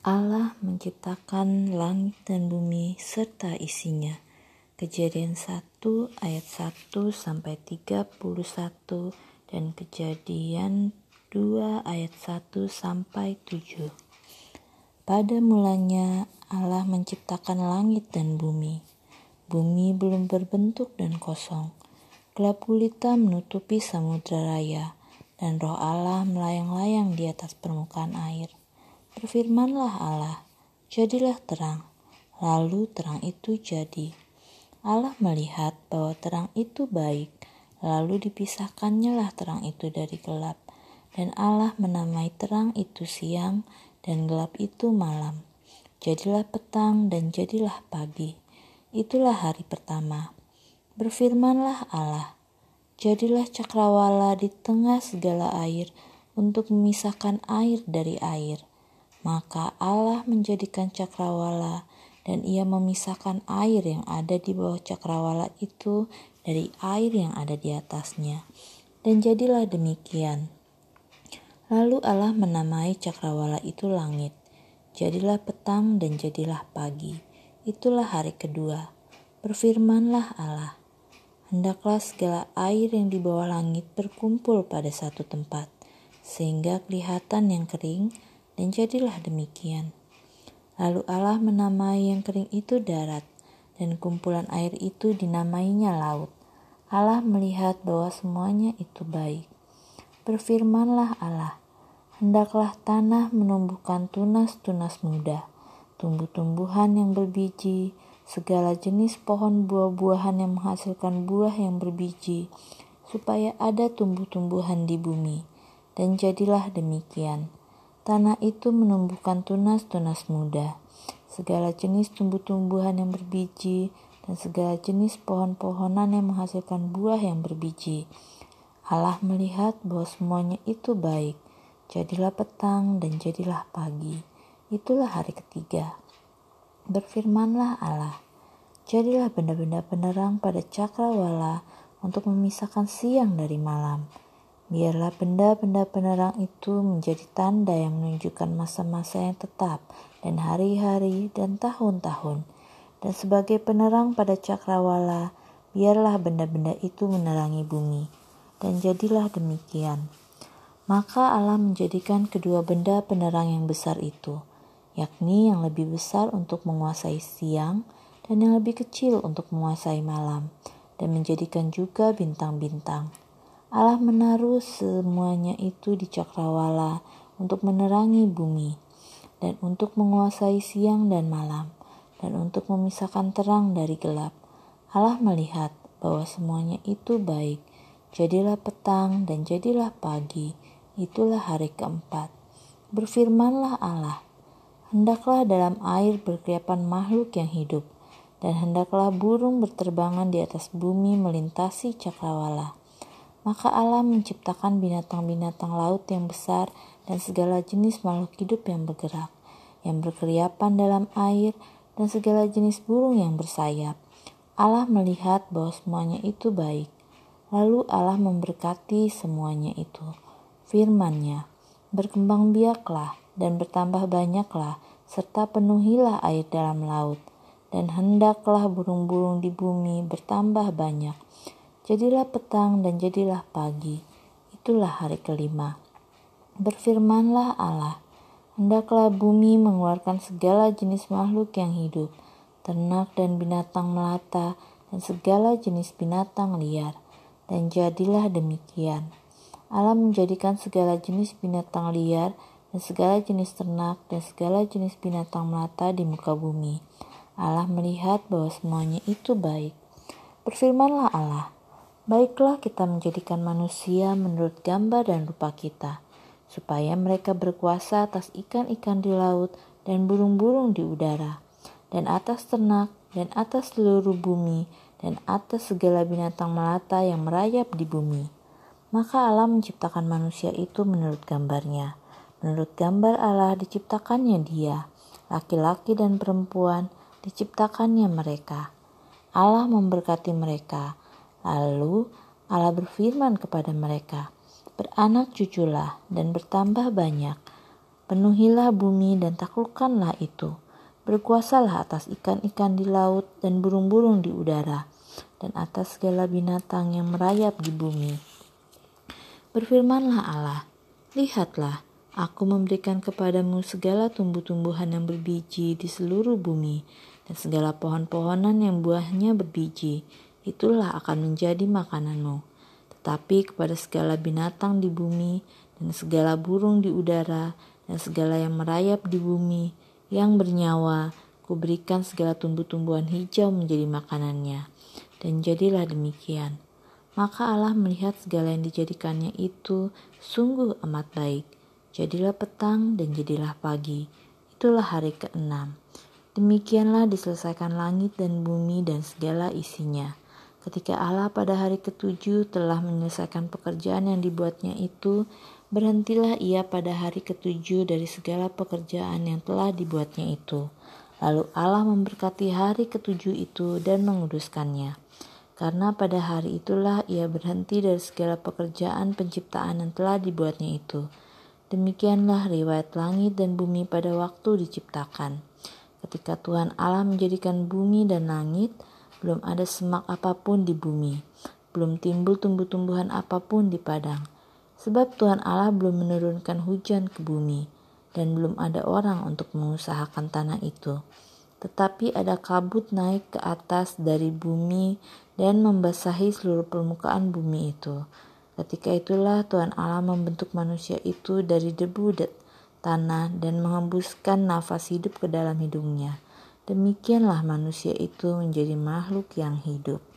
Allah menciptakan langit dan bumi serta isinya. Kejadian 1 ayat 1 sampai 31 dan Kejadian 2 ayat 1 sampai 7. Pada mulanya Allah menciptakan langit dan bumi. Bumi belum berbentuk dan kosong. Gelap gulita menutupi samudra raya, dan roh Allah melayang-layang di atas permukaan air. Berfirmanlah Allah, jadilah terang. Lalu terang itu jadi. Allah melihat bahwa terang itu baik, lalu dipisahkannyalah terang itu dari gelap. Dan Allah menamai terang itu siang, dan gelap itu malam. Jadilah petang dan jadilah pagi. Itulah hari pertama. Berfirmanlah Allah, jadilah cakrawala di tengah segala air untuk memisahkan air dari air. Maka Allah menjadikan cakrawala, dan ia memisahkan air yang ada di bawah cakrawala itu dari air yang ada di atasnya. Dan jadilah demikian. Lalu Allah menamai cakrawala itu langit. Jadilah petang dan jadilah pagi. Itulah hari kedua. Berfirmanlah Allah, hendaklah segala air yang di bawah langit berkumpul pada satu tempat, sehingga kelihatan yang kering, dan jadilah demikian. Lalu Allah menamai yang kering itu darat, dan kumpulan air itu dinamainya laut. Allah melihat bahwa semuanya itu baik. Berfirmanlah Allah, hendaklah tanah menumbuhkan tunas-tunas muda, tumbuh-tumbuhan yang berbiji, segala jenis pohon buah-buahan yang menghasilkan buah yang berbiji, supaya ada tumbuh-tumbuhan di bumi. Dan jadilah demikian. Tanah itu menumbuhkan tunas-tunas muda, segala jenis tumbuh-tumbuhan yang berbiji, dan segala jenis pohon-pohonan yang menghasilkan buah yang berbiji. Allah melihat bahwa semuanya itu baik. Jadilah petang dan jadilah pagi. Itulah hari ketiga. Berfirmanlah Allah, jadilah benda-benda penerang pada cakrawala untuk memisahkan siang dari malam. Biarlah benda-benda penerang itu menjadi tanda yang menunjukkan masa-masa yang tetap dan hari-hari dan tahun-tahun. Dan sebagai penerang pada cakrawala, biarlah benda-benda itu menerangi bumi. Dan jadilah demikian. Maka Allah menjadikan kedua benda penerang yang besar itu, yakni yang lebih besar untuk menguasai siang dan yang lebih kecil untuk menguasai malam, dan menjadikan juga bintang-bintang. Allah menaruh semuanya itu di cakrawala untuk menerangi bumi, dan untuk menguasai siang dan malam, dan untuk memisahkan terang dari gelap. Allah melihat bahwa semuanya itu baik. Jadilah petang dan jadilah pagi. Itulah hari keempat. Berfirmanlah Allah, hendaklah dalam air berkeliapan makhluk yang hidup, dan hendaklah burung berterbangan di atas bumi melintasi cakrawala. Maka Allah menciptakan binatang-binatang laut yang besar dan segala jenis makhluk hidup yang bergerak, yang berkeliapan dalam air, dan segala jenis burung yang bersayap. Allah melihat bahwa semuanya itu baik. Lalu Allah memberkati semuanya itu. Firman-Nya, berkembang biaklah dan bertambah banyaklah, serta penuhilah air dalam laut, dan hendaklah burung-burung di bumi bertambah banyak. Jadilah petang dan jadilah pagi. Itulah hari kelima. Berfirmanlah Allah, hendaklah bumi mengeluarkan segala jenis makhluk yang hidup, ternak dan binatang melata, dan segala jenis binatang liar. Dan jadilah demikian. Allah menjadikan segala jenis binatang liar, dan segala jenis ternak, dan segala jenis binatang melata di muka bumi. Allah melihat bahwa semuanya itu baik. Berfirmanlah Allah, baiklah kita menjadikan manusia menurut gambar dan rupa kita, supaya mereka berkuasa atas ikan-ikan di laut dan burung-burung di udara, dan atas ternak, dan atas seluruh bumi, dan atas segala binatang melata yang merayap di bumi. Maka Allah menciptakan manusia itu menurut gambarnya. Menurut gambar Allah diciptakannya dia, laki-laki dan perempuan diciptakannya mereka. Allah memberkati mereka. Lalu Allah berfirman kepada mereka, beranak cuculah dan bertambah banyak. Penuhilah bumi dan taklukkanlah itu. Berkuasalah atas ikan-ikan di laut dan burung-burung di udara, dan atas segala binatang yang merayap di bumi. Berfirmanlah Allah, lihatlah, aku memberikan kepadamu segala tumbuh-tumbuhan yang berbiji di seluruh bumi, dan segala pohon-pohonan yang buahnya berbiji, itulah akan menjadi makananmu. Tetapi kepada segala binatang di bumi, dan segala burung di udara, dan segala yang merayap di bumi, yang bernyawa, kuberikan segala tumbuh-tumbuhan hijau menjadi makanannya. Dan jadilah demikian. Maka Allah melihat segala yang dijadikannya itu sungguh amat baik. Jadilah petang dan jadilah pagi. Itulah hari ke-6. Demikianlah diselesaikan langit dan bumi dan segala isinya. Ketika Allah pada hari ke-7 telah menyelesaikan pekerjaan yang dibuatnya itu, berhentilah ia pada hari ke-7 dari segala pekerjaan yang telah dibuatnya itu. Lalu Allah memberkati hari ke-7 itu dan menguduskannya. Karena pada hari itulah ia berhenti dari segala pekerjaan penciptaan yang telah dibuatnya itu. Demikianlah riwayat langit dan bumi pada waktu diciptakan. Ketika Tuhan Allah menjadikan bumi dan langit, belum ada semak apapun di bumi, belum timbul tumbuh-tumbuhan apapun di padang. Sebab Tuhan Allah belum menurunkan hujan ke bumi, dan belum ada orang untuk mengusahakan tanah itu. Tetapi ada kabut naik ke atas dari bumi dan membasahi seluruh permukaan bumi itu. Ketika itulah Tuhan Allah membentuk manusia itu dari debu tanah dan menghembuskan nafas hidup ke dalam hidungnya. Demikianlah manusia itu menjadi makhluk yang hidup.